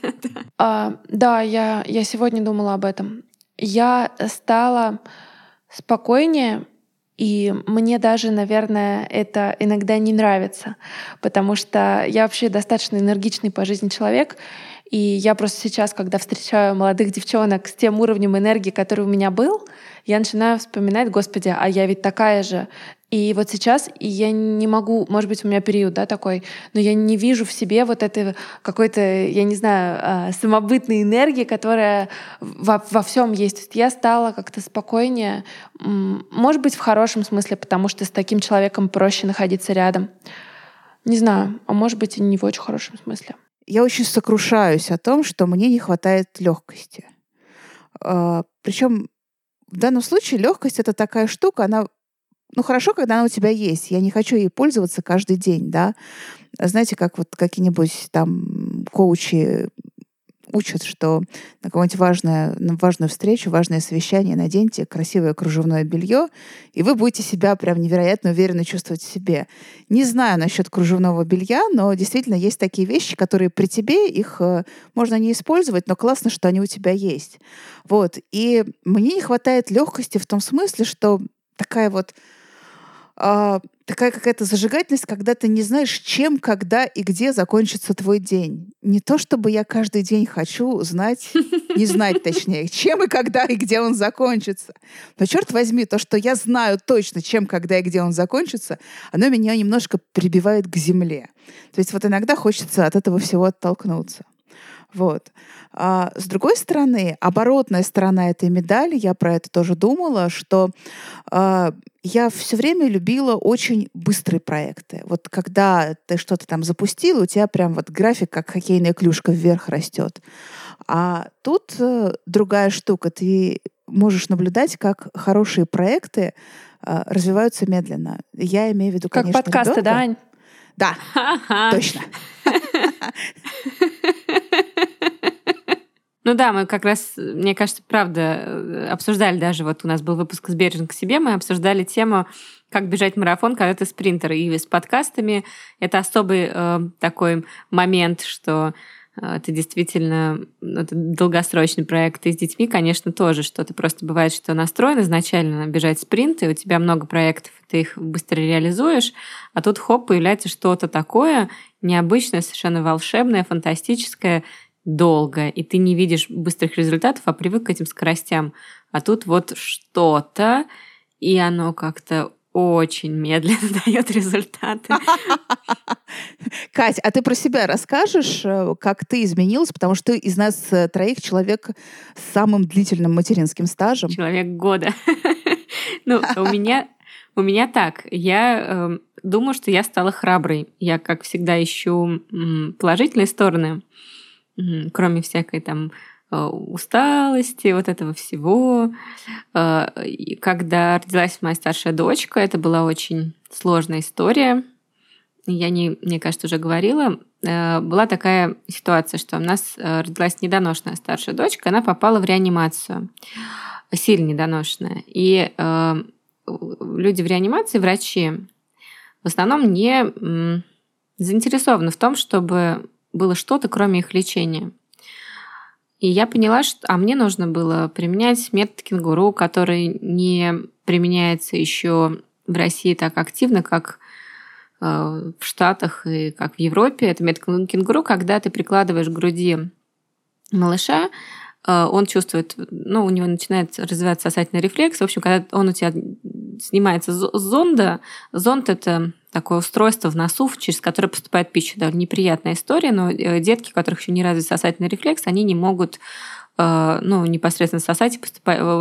S1: Да, я сегодня думала об этом. Я стала спокойнее, и мне даже, наверное, это иногда не нравится, потому что я вообще достаточно энергичный по жизни человек, и я просто сейчас, когда встречаю молодых девчонок с тем уровнем энергии, который у меня был, я начинаю вспоминать, господи, а я ведь такая же. И вот сейчас я не могу, может быть, у меня период, да, такой, но я не вижу в себе вот этой какой-то, я не знаю, самобытной энергии, которая во всем есть. То есть я стала как-то спокойнее, может быть, в хорошем смысле, потому что с таким человеком проще находиться рядом. Не знаю, а может быть, и не в очень хорошем смысле.
S2: Я очень сокрушаюсь о том, что мне не хватает легкости. Причем в данном случае легкость — это такая штука, она хорошо, когда она у тебя есть. Я не хочу ей пользоваться каждый день, да. Знаете, как вот какие-нибудь там коучи учат, что на какую-нибудь важную встречу, важное совещание наденьте красивое кружевное белье, и вы будете себя прям невероятно уверенно чувствовать в себе. Не знаю насчет кружевного белья, но действительно есть такие вещи, которые при тебе, их можно не использовать, но классно, что они у тебя есть. Вот. И мне не хватает легкости в том смысле, что такая какая-то зажигательность, когда ты не знаешь, чем, когда и где закончится твой день. Не то чтобы я каждый день хочу не знать точнее, чем и когда и где он закончится. Но, черт возьми, то, что я знаю точно, чем, когда и где он закончится, оно меня немножко прибивает к земле. То есть вот иногда хочется от этого всего оттолкнуться. Вот. А с другой стороны, оборотная сторона этой медали, я про это тоже думала, что я все время любила очень быстрые проекты. Вот когда ты что-то там запустила, у тебя прям вот график, как хоккейная клюшка, вверх растет. А тут другая штука. Ты можешь наблюдать, как хорошие проекты развиваются медленно. Я имею в виду,
S1: как
S2: конечно,
S1: подкасты,
S2: ребенка.
S1: да, Ань?
S2: Да, точно.
S3: Да, мы как раз, мне кажется, правда, обсуждали даже, вот у нас был выпуск с «Бережно к себе», мы обсуждали тему, как бежать марафон, когда ты спринтер. И с подкастами это особый такой момент, что это действительно это долгосрочный проект. И с детьми, конечно, тоже что-то. Просто бывает, что настроен изначально бежать спринт, и у тебя много проектов, ты их быстро реализуешь, а тут хоп, появляется что-то такое необычное, совершенно волшебное, фантастическое, долго, и ты не видишь быстрых результатов, а привык к этим скоростям. А тут вот что-то, и оно как-то очень медленно дает результаты.
S2: Кать, а ты про себя расскажешь, как ты изменилась? Потому что ты из нас троих человек с самым длительным материнским стажем.
S3: Человек года. Ну, у меня так. Я думаю, что я стала храброй. Я, как всегда, ищу положительные стороны, кроме всякой там усталости, вот этого всего. Когда родилась моя старшая дочка, это была очень сложная история. Я мне кажется, уже говорила. Была такая ситуация, что у нас родилась недоношенная старшая дочка, она попала в реанимацию, сильно недоношенная. И люди в реанимации, врачи, в основном не заинтересованы в том, чтобы было что-то, кроме их лечения. И я поняла, что мне нужно было применять метод кенгуру, который не применяется еще в России так активно, как в Штатах и как в Европе. Это метод кенгуру, когда ты прикладываешь к груди малыша, он чувствует, у него начинает развиваться сосательный рефлекс. В общем, когда он у тебя снимается с зонда, зонд – это такое устройство в носу, через которое поступает пища. Довольно неприятная история, но детки, у которых еще не развит сосательный рефлекс, они не могут непосредственно сосать, и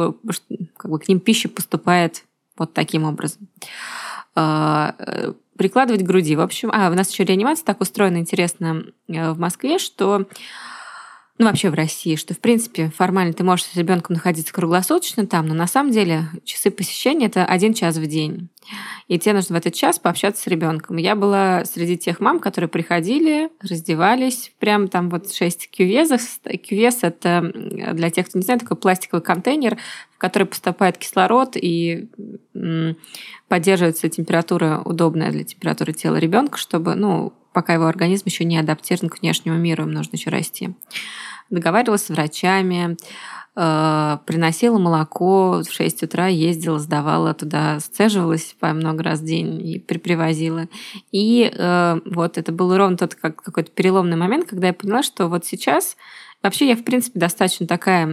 S3: к ним пища поступает вот таким образом. Прикладывать к груди. В общем, у нас еще реанимация так устроена интересно в Москве, что вообще в России, что, в принципе, формально ты можешь с ребенком находиться круглосуточно там, но на самом деле часы посещения – это 1 час в день. И тебе нужно в этот час пообщаться с ребенком. Я была среди тех мам, которые приходили, раздевались, прям там 6 кювезов. Кювез – это, для тех, кто не знает, такой пластиковый контейнер, в который поступает кислород и поддерживается температура, удобная для температуры тела ребенка, чтобы, пока его организм еще не адаптирован к внешнему миру, им нужно еще расти. Договаривалась с врачами, приносила молоко в 6 утра, ездила, сдавала туда, сцеживалась по много раз в день и привозила. И это был ровно тот какой-то переломный момент, когда я поняла, что вот сейчас вообще я, в принципе, достаточно такая...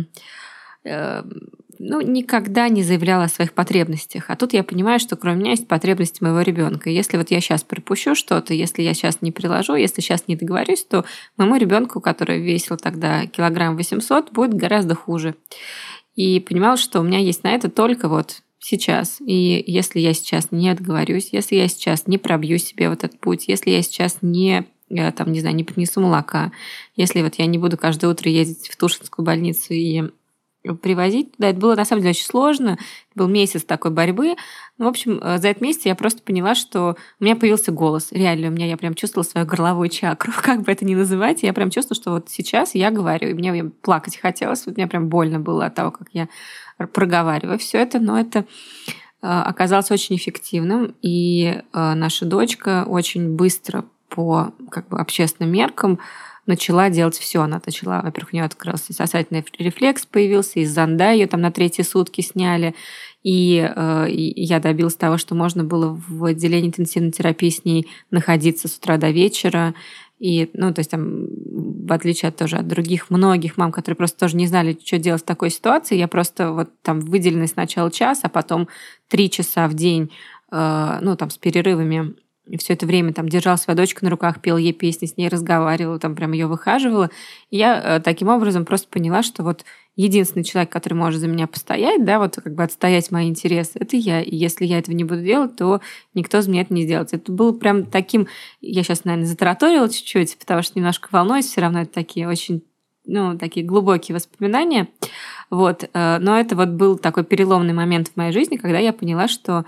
S3: никогда не заявляла о своих потребностях. А тут я понимаю, что кроме меня есть потребности моего ребенка. Если я сейчас пропущу что-то, если я сейчас не приложу, если сейчас не договорюсь, то моему ребенку, который весил тогда 800 килограмм, будет гораздо хуже. И понимала, что у меня есть на это только сейчас. И если я сейчас не договорюсь, если я сейчас не пробью себе этот путь, если я сейчас не принесу молока, если я не буду каждое утро ездить в Тушинскую больницу и привозить туда. Это было, на самом деле, очень сложно. Это был месяц такой борьбы. В общем, за этот месяц я просто поняла, что у меня появился голос. Реально, я прям чувствовала свою горловую чакру, как бы это ни называть. Я прям чувствовала, что сейчас я говорю. И мне плакать хотелось. Мне прям больно было от того, как я проговариваю все это. Но это оказалось очень эффективным. И наша дочка очень быстро по общественным меркам начала делать все. Она начала, во-первых, у нее открылся сосательный рефлекс, появился, из зонда ее там на 3-е сутки сняли. И я добилась того, что можно было в отделении интенсивной терапии с ней находиться с утра до вечера. И, в отличие от других многих мам, которые просто тоже не знали, что делать в такой ситуации, я просто выделенный сначала час, а потом 3 часа в день, с перерывами, и все это время держала свою дочку на руках, пела ей песни, с ней разговаривала, прям ее выхаживала. И я таким образом просто поняла, что единственный человек, который может за меня постоять, отстоять мои интересы, это я. И если я этого не буду делать, то никто за меня это не сделает. Это было прям таким... Я сейчас, наверное, затараторила чуть-чуть, потому что немножко волнуюсь, все равно это такие очень такие глубокие воспоминания. Но это был такой переломный момент в моей жизни, когда я поняла, что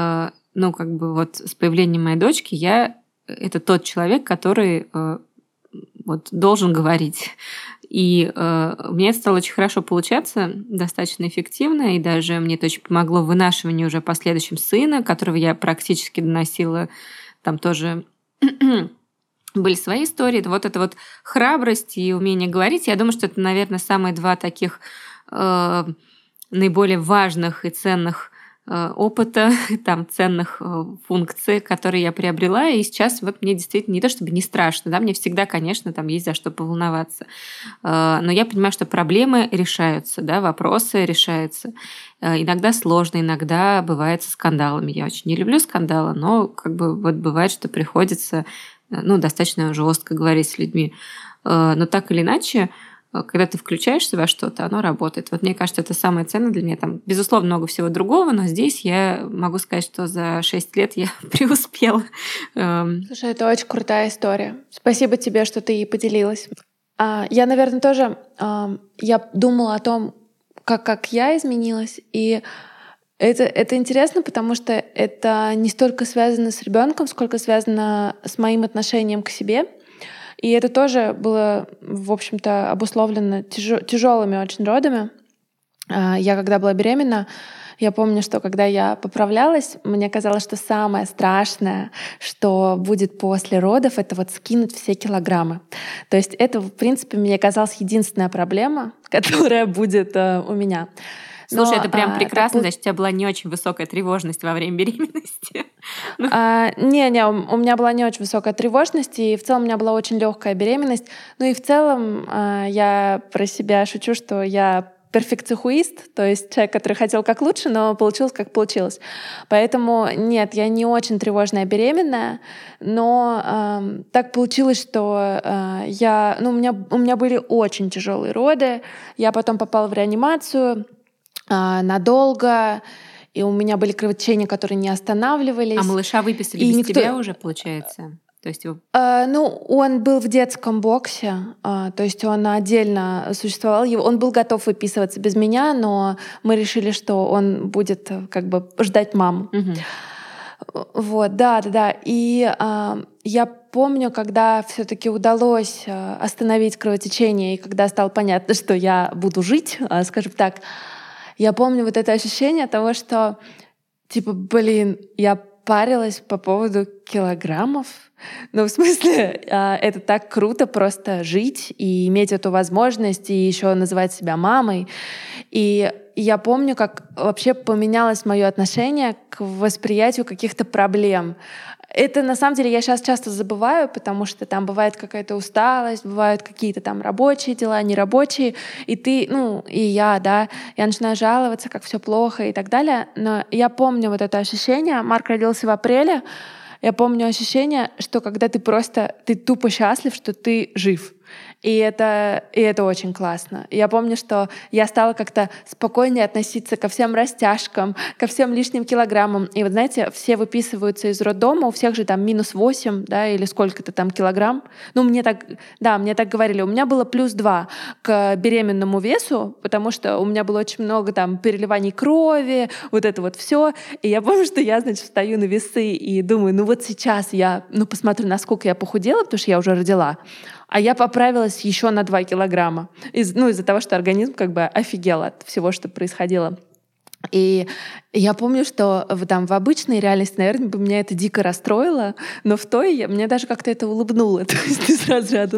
S3: с появлением моей дочки это тот человек, который должен говорить. И мне это стало очень хорошо получаться, достаточно эффективно, и даже мне это очень помогло в вынашивании уже последующем сына, которого я практически доносила там тоже были свои истории. Вот это вот храбрость и умение говорить. Я думаю, что это, наверное, самые два таких наиболее важных и ценных опыта, там, ценных функций, которые я приобрела. И сейчас вот мне действительно не то чтобы не страшно, да, мне всегда, конечно, там есть за что поволноваться. Но я понимаю, что проблемы решаются, да, вопросы решаются. Иногда сложно, иногда бывает со скандалами. Я очень не люблю скандалы, но как бы вот бывает, что приходится достаточно жестко говорить с людьми. Но так или иначе, когда ты включаешься во что-то, оно работает. Вот мне кажется, это самое ценное для меня. Там, безусловно, много всего другого, но здесь я могу сказать, что за 6 лет я преуспела.
S1: Слушай, это очень крутая история. Спасибо тебе, что ты ей поделилась. Я, наверное, тоже я думала о том, как я изменилась, и это интересно, потому что это не столько связано с ребенком, сколько связано с моим отношением к себе. И это тоже было, в общем-то, обусловлено тяжелыми очень родами. Я когда была беременна, я помню, что когда я поправлялась, мне казалось, что самое страшное, что будет после родов, это вот скинуть все килограммы. То есть это, в принципе, мне казалось единственная проблема, которая будет у меня.
S3: Слушай, это прям прекрасно, значит, у тебя была не очень высокая тревожность во время беременности.
S1: Не, у меня была не очень высокая тревожность, и в целом у меня была очень легкая беременность. Ну и в целом я про себя шучу, что я перфекционист, то есть человек, который хотел как лучше, но получилось как получилось. Поэтому нет, я не очень тревожная беременная, но так получилось, что у меня были очень тяжелые роды. Я потом попала в реанимацию надолго, и у меня были кровотечения, которые не останавливались.
S3: А малыша выписали без тебя уже, получается? То есть его...
S1: он был в детском боксе, то есть он отдельно существовал. Он был готов выписываться без меня, но мы решили, что он будет как бы ждать маму.
S3: Угу.
S1: Вот, да. И я помню, когда все-таки удалось остановить кровотечение, и когда стало понятно, что я буду жить, скажем так, я помню вот это ощущение того, что я парилась по поводу килограммов. Ну, в смысле, это так круто просто жить и иметь эту возможность, и еще называть себя мамой. И я помню, как вообще поменялось мое отношение к восприятию каких-то проблем. Это, на самом деле, я сейчас часто забываю, потому что там бывает какая-то усталость, бывают какие-то там рабочие дела, нерабочие, и я начинаю жаловаться, как все плохо и так далее. Но я помню вот это ощущение. Марк родился в апреле. Я помню ощущение, что когда ты тупо счастлив, что ты жив. И это очень классно. Я помню, что я стала как-то спокойнее относиться ко всем растяжкам, ко всем лишним килограммам. И вот знаете, все выписываются из роддома, у всех же там -8, да, или сколько-то там килограмм. Ну, мне так говорили. У меня было +2 к беременному весу, потому что у меня было очень много там переливаний крови, вот это вот все. И я помню, что я, встаю на весы и думаю, вот сейчас я, посмотрю, насколько я похудела, потому что я уже родила. А я поправилась еще на 2 килограмма. Из-за того, что организм как бы офигел от всего, что происходило. И я помню, что в обычной реальности, наверное, бы меня это дико расстроило, но в той мне даже как-то это улыбнуло. То есть из разряда,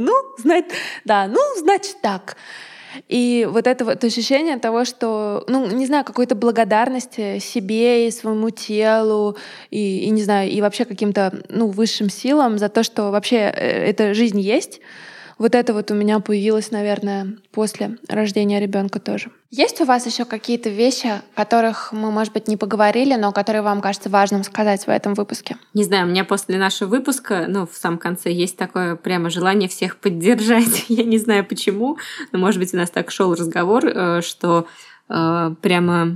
S1: значит так. И вот это вот ощущение того, что, не знаю, какой-то благодарности себе и своему телу, и не знаю, и вообще каким-то, высшим силам за то, что вообще эта жизнь есть. Вот это вот у меня появилось, наверное, после рождения ребенка тоже. Есть у вас еще какие-то вещи, о которых мы, может быть, не поговорили, но которые вам кажется важным сказать в этом выпуске?
S3: Не знаю, у меня после нашего выпуска, в самом конце есть такое прямо желание всех поддержать. Я не знаю почему, но, может быть, у нас так шел разговор, что прямо,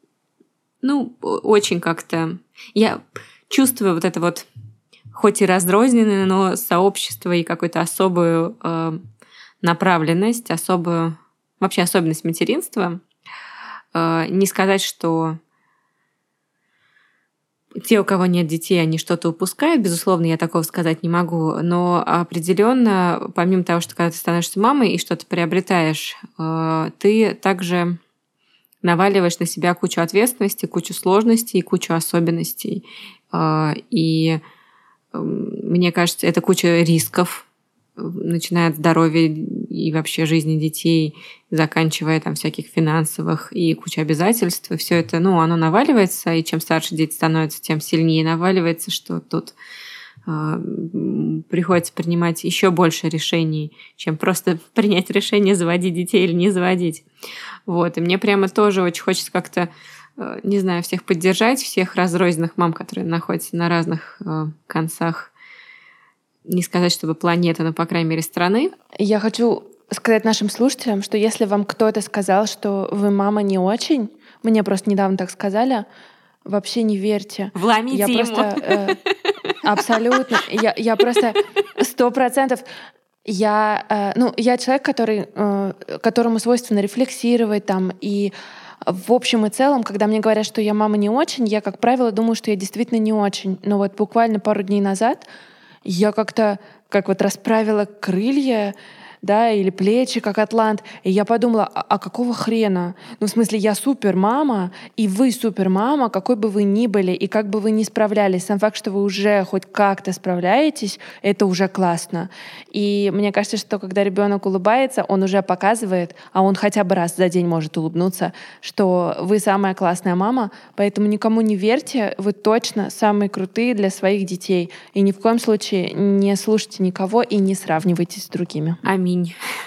S3: очень как-то... Я чувствую вот это вот хоть и разрозненное, но сообщество и какую-то особую направленность, вообще особенность материнства. Не сказать, что те, у кого нет детей, они что-то упускают. Безусловно, я такого сказать не могу. Но определенно, помимо того, что когда ты становишься мамой и что-то приобретаешь, ты также наваливаешь на себя кучу ответственности, кучу сложностей, кучу особенностей. И Мне кажется, это куча рисков, начиная от здоровья и вообще жизни детей, заканчивая там всяких финансовых и куча обязательств. И все это, оно наваливается, и чем старше дети становятся, тем сильнее наваливается, что тут приходится принимать еще больше решений, чем просто принять решение, заводить детей или не заводить. Вот. И мне прямо тоже очень хочется как-то, не знаю, всех поддержать, всех разрозненных мам, которые находятся на разных концах, не сказать, чтобы планеты, но, по крайней мере, страны.
S1: Я хочу сказать нашим слушателям, что если вам кто-то сказал, что вы мама не очень, мне просто недавно так сказали, вообще не верьте.
S3: Вломите
S1: я
S3: ему.
S1: Просто, абсолютно. Я просто 100%. Я человек, которому свойственно рефлексировать там, и в общем и целом, когда мне говорят, что я мама не очень, я, как правило, думаю, что я действительно не очень. Но вот буквально пару дней назад я как-то расправила крылья, да, или плечи, как атлант. И я подумала, а какого хрена? В смысле, я супермама, и вы супермама, какой бы вы ни были, и как бы вы ни справлялись. Сам факт, что вы уже хоть как-то справляетесь, это уже классно. И мне кажется, что когда ребенок улыбается, он уже показывает, а он хотя бы раз за день может улыбнуться, что вы самая классная мама, поэтому никому не верьте, вы точно самые крутые для своих детей. И ни в коем случае не слушайте никого и не сравнивайтесь с другими.
S3: Аминь.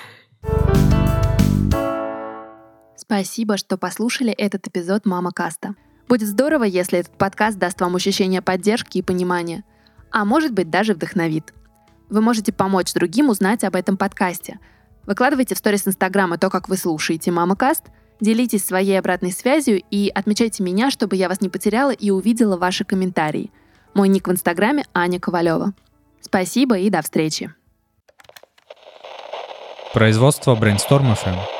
S1: Спасибо, что послушали этот эпизод «Мама Каста». Будет здорово, если этот подкаст даст вам ощущение поддержки и понимания, а может быть даже вдохновит. Вы можете помочь другим узнать об этом подкасте. Выкладывайте в сторис Инстаграма то, как вы слушаете «Мама Каст», делитесь своей обратной связью и отмечайте меня, чтобы я вас не потеряла и увидела ваши комментарии. Мой ник в Инстаграме — Аня Ковалева. Спасибо и до встречи.
S4: Производство Brainstorm FM.